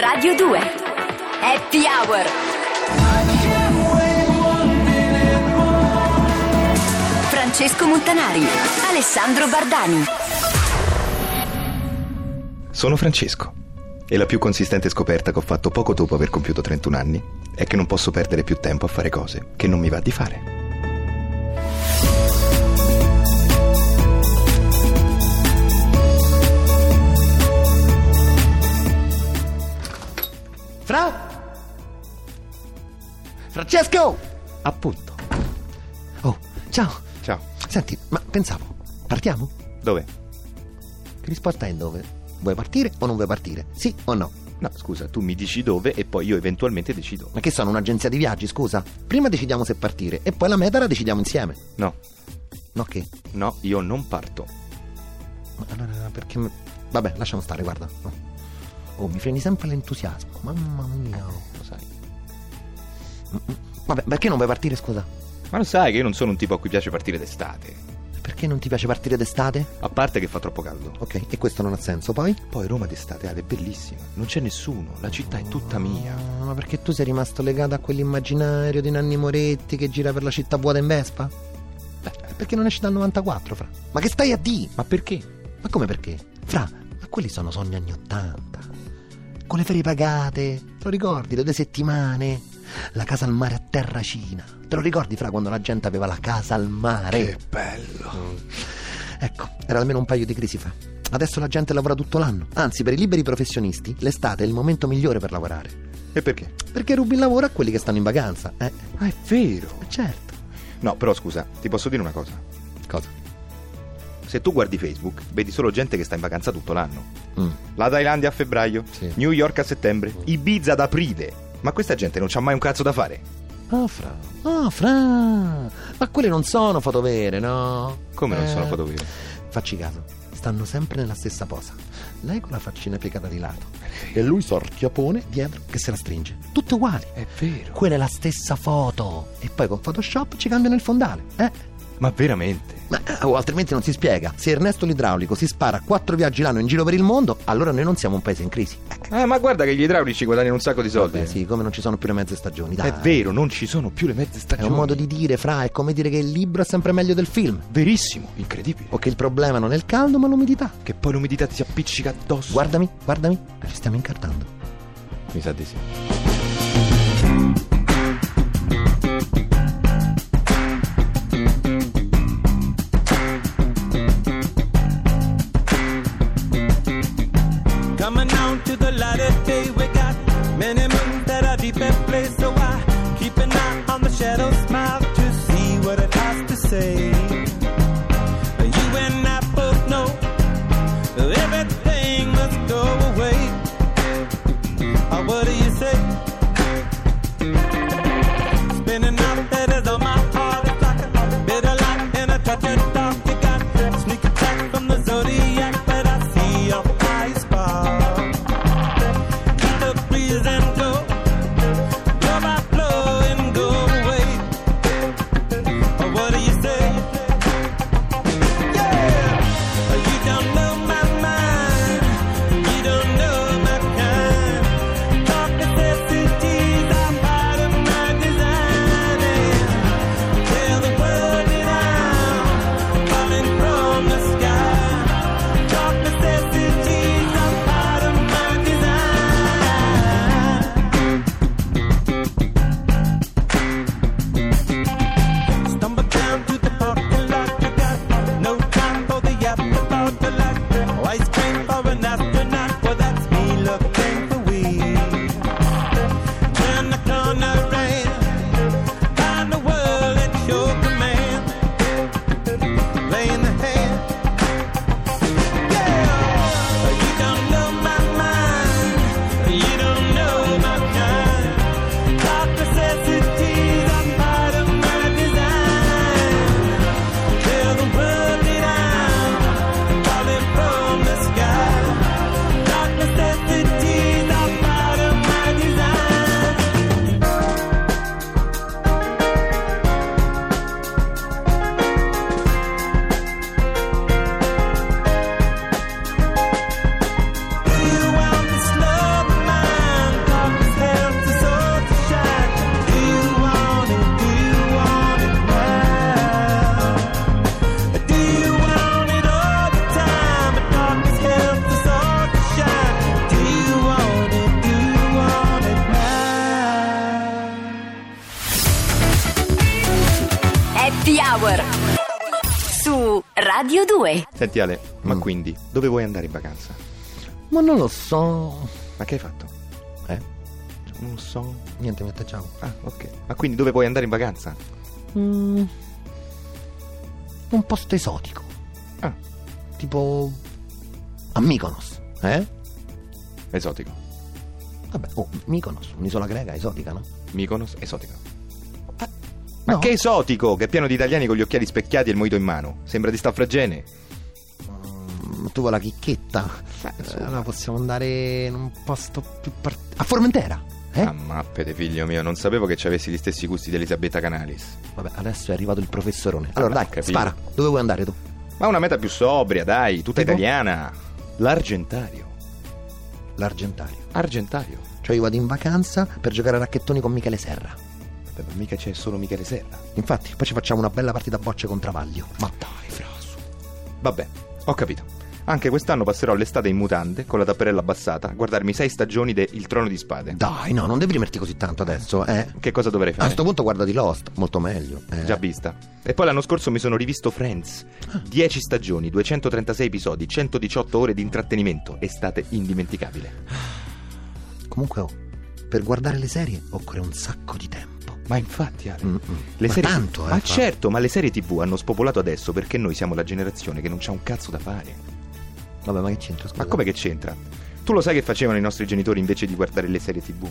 Radio 2 Happy Hour. Francesco Montanari, Alessandro Bardani. Sono Francesco e la più consistente scoperta che ho fatto poco dopo aver compiuto 31 anni è che non posso perdere più tempo a fare cose che non mi va di fare. Francesco! Appunto. Oh, ciao. Ciao. Senti, ma pensavo, partiamo? Dove? Che risposta è in dove? Vuoi partire o non vuoi partire? Sì o no? No, scusa, tu mi dici dove e poi io eventualmente decido. Ma che sono, un'agenzia di viaggi, scusa? Prima decidiamo se partire e poi la meta la decidiamo insieme. No. No che? No, io non parto. Ma allora perché... Vabbè, lasciamo stare, guarda. Oh, mi freni sempre l'entusiasmo. Mamma mia, lo sai. Vabbè, perché non vuoi partire, scusa? Ma lo sai che io non sono un tipo a cui piace partire d'estate. Perché non ti piace partire d'estate? A parte che fa troppo caldo. Ok, e questo non ha senso, poi? Poi Roma d'estate è bellissima. Non c'è nessuno, la città è tutta mia. Ma perché tu sei rimasto legato a quell'immaginario di Nanni Moretti che gira per la città vuota in Vespa? Beh, perché non esci dal 94, Fra? Ma che stai a di? Ma perché? Ma come perché? Fra, ma quelli sono sogni anni 80. Con le ferie pagate, te lo ricordi? Le 2 settimane, la casa al mare a Terracina. Te lo ricordi, Fra, quando la gente aveva la casa al mare? Che bello. Ecco, era almeno un paio di crisi fa. Adesso la gente lavora tutto l'anno. Anzi, per i liberi professionisti, l'estate è il momento migliore per lavorare. E perché? Perché rubi il lavoro a quelli che stanno in vacanza, Ah, è vero. Certo. No, però scusa, ti posso dire una cosa? Cosa? Se tu guardi Facebook, vedi solo gente che sta in vacanza tutto l'anno. La Thailandia a febbraio, sì. New York a settembre, Ibiza ad aprile. Ma questa gente non c'ha mai un cazzo da fare. Fra. Ma quelle non sono foto vere, no? Come non sono foto vere? Facci caso, stanno sempre nella stessa posa. Lei con la faccina piegata di lato e lui sorchiapone dietro che se la stringe. Tutte uguali. È vero. Quella è la stessa foto. E poi con Photoshop ci cambiano il fondale. Ma veramente? Ma altrimenti non si spiega. Se Ernesto l'idraulico si spara 4 viaggi l'anno in giro per il mondo, allora noi non siamo un paese in crisi. Ma guarda che gli idraulici guadagnano un sacco di soldi. Vabbè, sì, come non ci sono più le mezze stagioni, dai. È vero, non ci sono più le mezze È stagioni. un modo di dire, Fra, è come dire che il libro è sempre meglio del film. Verissimo, incredibile. O che il problema non è il caldo ma l'umidità. Che poi l'umidità ti si appiccica addosso. Guardami, ci stiamo incartando. Mi sa di sì. Coming down to the light of day, we got many moons that are deep in place. So I keep an eye on the shadow, smile to see what it has to say. You and I both know everything must go away. What do you say? Spinning out letters on my heart, it's like a bitter light in a touch of dark. You got sneak attack from the zodiac, but I see your eyes spark. Radio 2. Senti Ale, ma quindi dove vuoi andare in vacanza? Ma non lo so. Ma che hai fatto? Non lo so. Niente, mette ciao. Ah, ok. Ma quindi dove vuoi andare in vacanza? Un posto esotico. Ah, Tipo a Mykonos, esotico. Vabbè, Mykonos, un'isola greca esotica, no? Mykonos, esotico. Ma No. che esotico, che è pieno di italiani con gli occhiali specchiati e il mojito in mano. Sembra di Staffragene. Tu vuoi la chicchetta? Allora possiamo andare in un posto più a Formentera, Ah, mappete, figlio mio, non sapevo che ci avessi gli stessi gusti di Elisabetta Canalis. Vabbè, adesso è arrivato il professorone. Allora dai, capito. spara. Dove vuoi andare tu? Ma una meta più sobria, dai, tutta Tipo? italiana. L'Argentario. L'Argentario. Argentario. Cioè io vado in vacanza per giocare a racchettoni con Michele Serra. Vabbè, ma mica c'è solo Michele Serra. Infatti, poi ci facciamo una bella partita a bocce con Travaglio. Ma dai, frasu. Vabbè, ho capito. Anche quest'anno passerò l'estate in mutande, con la tapparella abbassata, a guardarmi 6 stagioni de Il Trono di Spade. Dai, no, non devi rimerti così tanto adesso, Che cosa dovrei A fare? sto punto guardati Lost, molto meglio. Già vista. E poi l'anno scorso mi sono rivisto Friends. 10 stagioni, 236 episodi, 118 ore di intrattenimento. Estate indimenticabile. Comunque, per guardare le serie occorre un sacco di tempo. Ma infatti, Ale, Ma tanto, Ma infatti. certo, ma le serie TV hanno spopolato adesso perché noi siamo la generazione che non c'ha un cazzo da fare. Vabbè, ma che c'entra, scusa? Ma come che c'entra? Tu lo sai che facevano i nostri genitori invece di guardare le serie TV?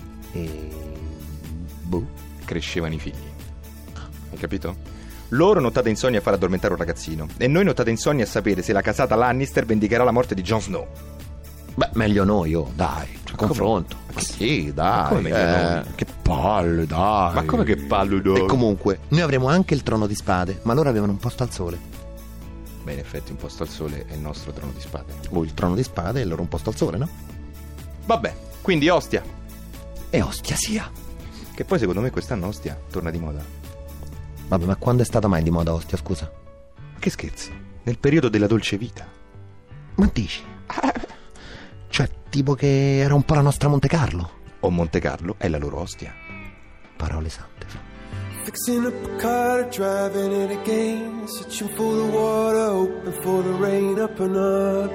Crescevano i figli. Hai capito? Loro nottate insonni a far addormentare un ragazzino e noi nottate insonni a sapere se la casata Lannister vendicherà la morte di Jon Snow. Beh, meglio noi, dai, confronto. Ma sì, dai. come meglio noi? Che palle, dai. Ma come che palludo? E comunque, noi avremo anche il Trono di Spade, ma loro avevano un posto al sole. Beh, in effetti un posto al sole è il nostro Trono di Spade. O il Trono di Spade e loro un posto al sole, no? Vabbè, quindi Ostia. E Ostia sia. Che poi secondo me quest'anno Ostia torna di moda. Vabbè, ma quando è stata mai di moda Ostia, scusa? Che scherzi? Nel periodo della dolce vita. Ma dici? Cioè, tipo che era un po' la nostra Monte Carlo. O Monte Carlo è la loro Ostia. Parole sante. Fixing up a car, driving it again, searching for the water, hoping for the rain, up and up,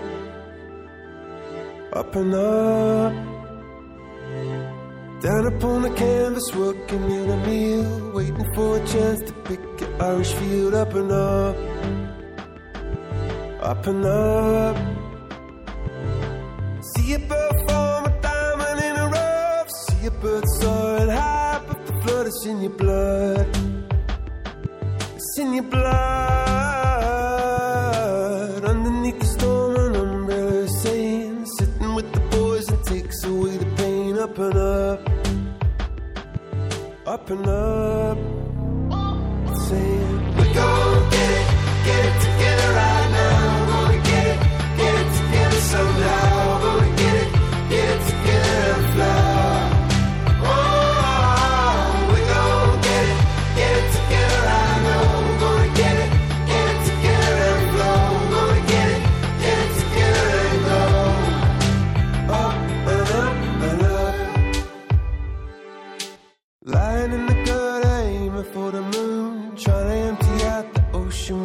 up and up. Down upon the canvas, working in a meal, waiting for a chance to pick an Irish field, up and up, up and up. See a bird form a diamond in a rough, see a bird soaring high, but the flood is in your blood. It's in your blood. Underneath the storm, an umbrella is saying, sitting with the boys and takes away the pain. Up and up, up and up. Saying, we're gonna get it together right now. We're gonna get it together somehow. We're gonna get it together and fly. Oh, we're gonna get it together, I know. We're gonna get it together and flow. We're gonna get it together and go. Up and up and up. Lying in the gutter, aiming for the moon, trying to empty out the ocean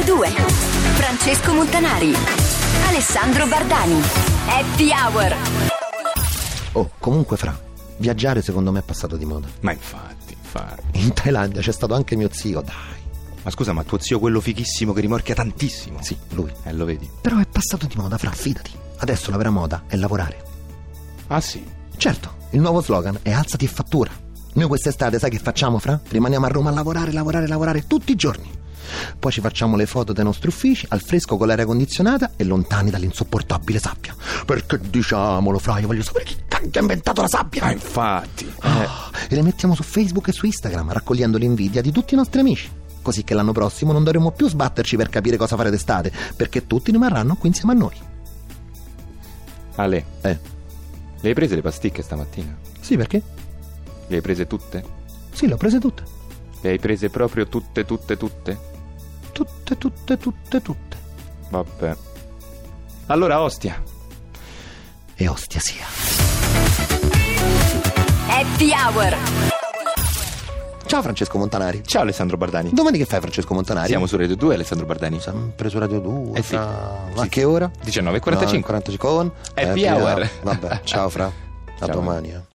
2. Francesco Montanari, Alessandro Bardani. Happy Hour. Oh, comunque Fra, viaggiare secondo me è passato di moda. Ma infatti. In Thailandia c'è stato anche mio zio, dai. Ma scusa, ma tuo zio quello fighissimo che rimorchia tantissimo? Sì, lui. Lo vedi? Però è passato di moda, Fra, fidati. Adesso la vera moda è lavorare. Ah sì? Certo, il nuovo slogan è alzati e fattura. Noi quest'estate sai che facciamo, Fra? Rimaniamo a Roma a lavorare tutti i giorni. Poi ci facciamo le foto dei nostri uffici al fresco con l'aria condizionata e lontani dall'insopportabile sabbia. Perché diciamolo, Fra, io voglio sapere chi cacchio ha inventato la sabbia. Ma infatti. E le mettiamo su Facebook e su Instagram, raccogliendo l'invidia di tutti i nostri amici. Così che l'anno prossimo non dovremo più sbatterci per capire cosa fare d'estate, perché tutti rimarranno qui insieme a noi. Ale, le hai prese le pasticche stamattina? Sì, perché? Le hai prese tutte? Sì, le ho prese tutte. Le hai prese proprio tutte? Tutte. Vabbè. Allora ostia. E ostia sia. Happy Hour. Ciao Francesco Montanari. Ciao Alessandro Bardani. Domani che fai, Francesco Montanari? Siamo su Radio 2, Alessandro Bardani. Sempre su Radio 2. Sì. Ma Sì. che ora? 19:45. 45 con Happy Hour. Vabbè, ciao Fra. A Ciao. domani.